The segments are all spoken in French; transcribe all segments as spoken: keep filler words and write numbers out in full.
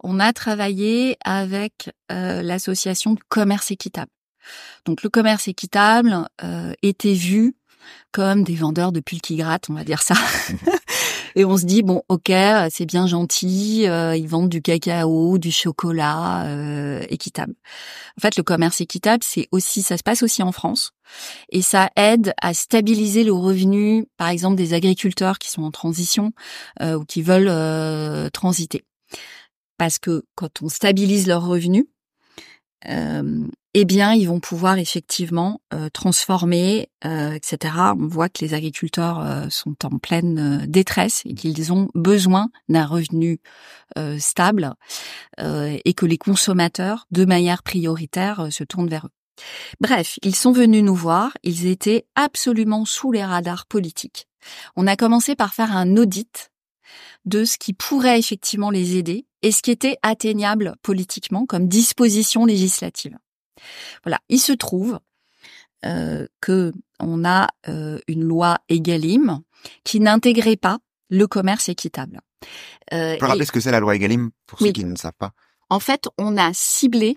on a travaillé avec euh, l'association de commerce équitable. Donc le commerce équitable euh, était vu comme des vendeurs de pulls qui grattent, on va dire ça. Et on se dit, bon, ok, c'est bien gentil, euh, ils vendent du cacao, du chocolat euh, équitable. En fait, le commerce équitable, c'est aussi, ça se passe aussi en France. Et ça aide à stabiliser le revenu, par exemple, des agriculteurs qui sont en transition euh, ou qui veulent euh, transiter. Parce que quand on stabilise leurs revenus, euh, eh bien, ils vont pouvoir effectivement euh, transformer, euh, et cetera. On voit que les agriculteurs euh, sont en pleine euh, détresse et qu'ils ont besoin d'un revenu euh, stable euh, et que les consommateurs, de manière prioritaire, euh, se tournent vers eux. Bref, ils sont venus nous voir, ils étaient absolument sous les radars politiques. On a commencé par faire un audit de ce qui pourrait effectivement les aider et ce qui était atteignable politiquement comme disposition législative. Voilà, il se trouve euh, que on a euh, une loi Egalim qui n'intégrait pas le commerce équitable. Euh, tu peux rappeler ce que c'est la loi Egalim pour ceux oui. qui ne savent pas? En fait, on a ciblé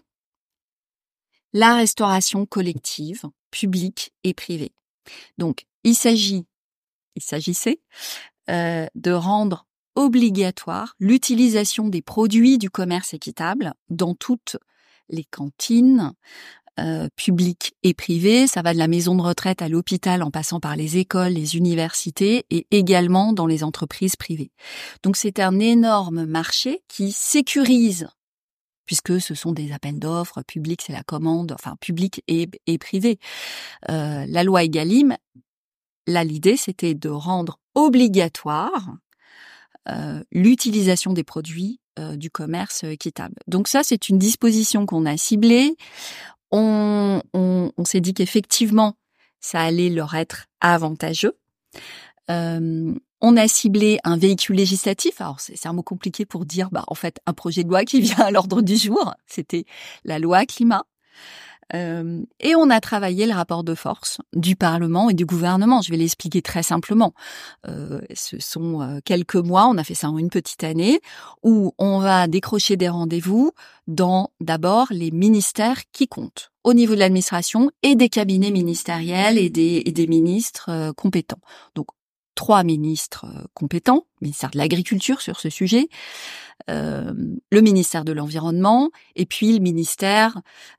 la restauration collective, publique et privée. Donc, il s'agit, il s'agissait euh, de rendre obligatoire l'utilisation des produits du commerce équitable dans toutes les cantines euh, publiques et privées. Ça va de la maison de retraite à l'hôpital en passant par les écoles, les universités et également dans les entreprises privées. Donc c'est un énorme marché qui sécurise, puisque ce sont des appels d'offres, publics c'est la commande, enfin public et, et privé. Euh, la loi Egalim, là l'idée c'était de rendre obligatoire Euh, l'utilisation des produits euh, du commerce équitable. Donc ça, c'est une disposition qu'on a ciblée. On, on, on s'est dit qu'effectivement, ça allait leur être avantageux. Euh, on a ciblé un véhicule législatif. Alors, c'est, c'est un mot compliqué pour dire, bah, en fait, un projet de loi qui vient à l'ordre du jour. C'était la loi climat. Euh, et on a travaillé le rapport de force du Parlement et du gouvernement. Je vais l'expliquer très simplement. Euh, ce sont euh, quelques mois, on a fait ça en une petite année, où on va décrocher des rendez-vous dans d'abord les ministères qui comptent au niveau de l'administration et des cabinets ministériels et des, et des ministres euh, compétents. Donc trois ministres euh, compétents, ministère de l'Agriculture sur ce sujet, euh, le ministère de l'Environnement et puis le ministère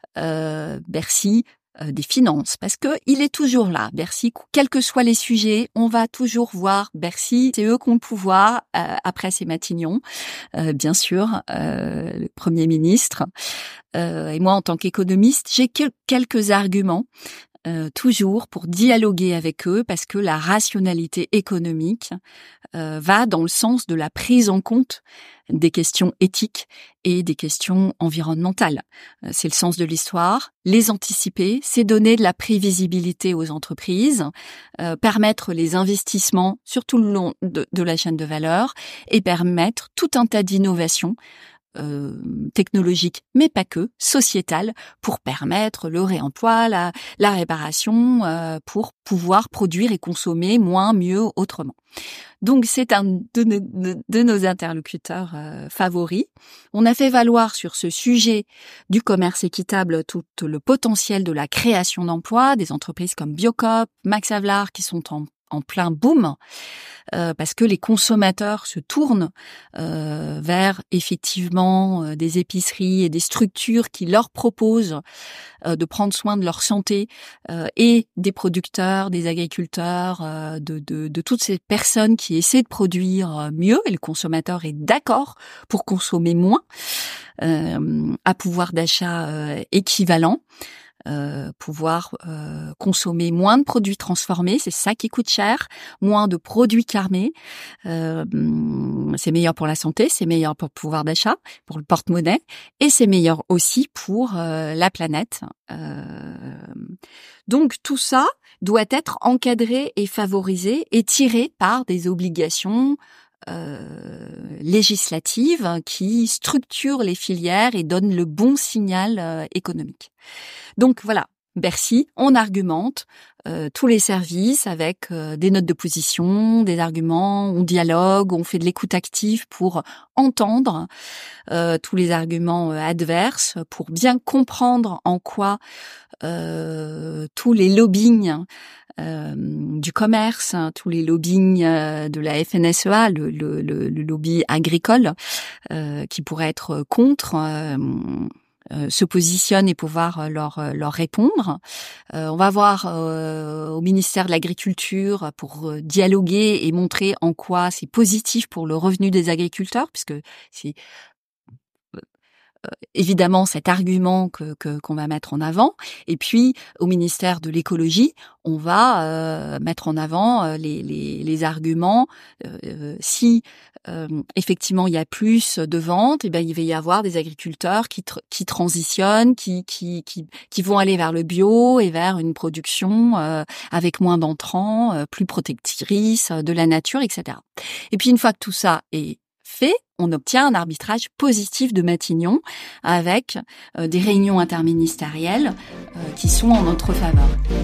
Euh, Bercy euh, des Finances, parce que il est toujours là, Bercy, quels que soient les sujets, on va toujours voir Bercy, c'est eux qui ont le pouvoir, euh, après c'est Matignon, euh, bien sûr, euh, le Premier ministre, euh, et moi en tant qu'économiste, j'ai que quelques arguments, Euh, toujours pour dialoguer avec eux, parce que la rationalité économique euh, va dans le sens de la prise en compte des questions éthiques et des questions environnementales. Euh, c'est le sens de l'histoire. Les anticiper, c'est donner de la prévisibilité aux entreprises, euh, permettre les investissements sur tout le long de, de la chaîne de valeur et permettre tout un tas d'innovations Euh, technologique, mais pas que, sociétale, pour permettre le réemploi, la, la réparation, euh, pour pouvoir produire et consommer moins, mieux, autrement. Donc c'est un de, de, de nos interlocuteurs euh, favoris. On a fait valoir sur ce sujet du commerce équitable tout le potentiel de la création d'emplois, des entreprises comme Biocoop, Max Havelaar qui sont en en plein boom, euh, parce que les consommateurs se tournent euh, vers effectivement euh, des épiceries et des structures qui leur proposent euh, de prendre soin de leur santé euh, et des producteurs, des agriculteurs, euh, de, de, de toutes ces personnes qui essaient de produire mieux, et le consommateur est d'accord pour consommer moins, euh, à pouvoir d'achat euh, équivalent. Euh, pouvoir euh, consommer moins de produits transformés, c'est ça qui coûte cher, moins de produits carnés, euh, c'est meilleur pour la santé, c'est meilleur pour le pouvoir d'achat, pour le porte-monnaie, et c'est meilleur aussi pour euh, la planète. Euh, donc tout ça doit être encadré et favorisé et tiré par des obligations Euh, législative qui structure les filières et donne le bon signal euh, économique. Donc voilà, Bercy, on argumente euh, tous les services avec euh, des notes de position, des arguments, on dialogue, on fait de l'écoute active pour entendre euh, tous les arguments euh, adverses, pour bien comprendre en quoi euh, tous les lobbying euh, du commerce, hein, tous les lobbying euh, de la F N S E A, le, le, le, le lobby agricole, euh, qui pourrait être contre, euh, euh, se positionne et pouvoir leur, leur répondre. Euh, on va voir euh, au ministère de l'Agriculture pour euh, dialoguer et montrer en quoi c'est positif pour le revenu des agriculteurs, puisque c'est évidemment cet argument que, que qu'on va mettre en avant. Et puis au ministère de l'écologie, on va euh, mettre en avant euh, les, les, les arguments. Euh, si euh, effectivement il y a plus de ventes, et ben il va y avoir des agriculteurs qui tr- qui transitionnent, qui qui qui qui vont aller vers le bio et vers une production euh, avec moins d'entrants, euh, plus protectrice de la nature, et cetera. Et puis une fois que tout ça est fait, on obtient un arbitrage positif de Matignon avec euh, des réunions interministérielles euh, qui sont en notre faveur.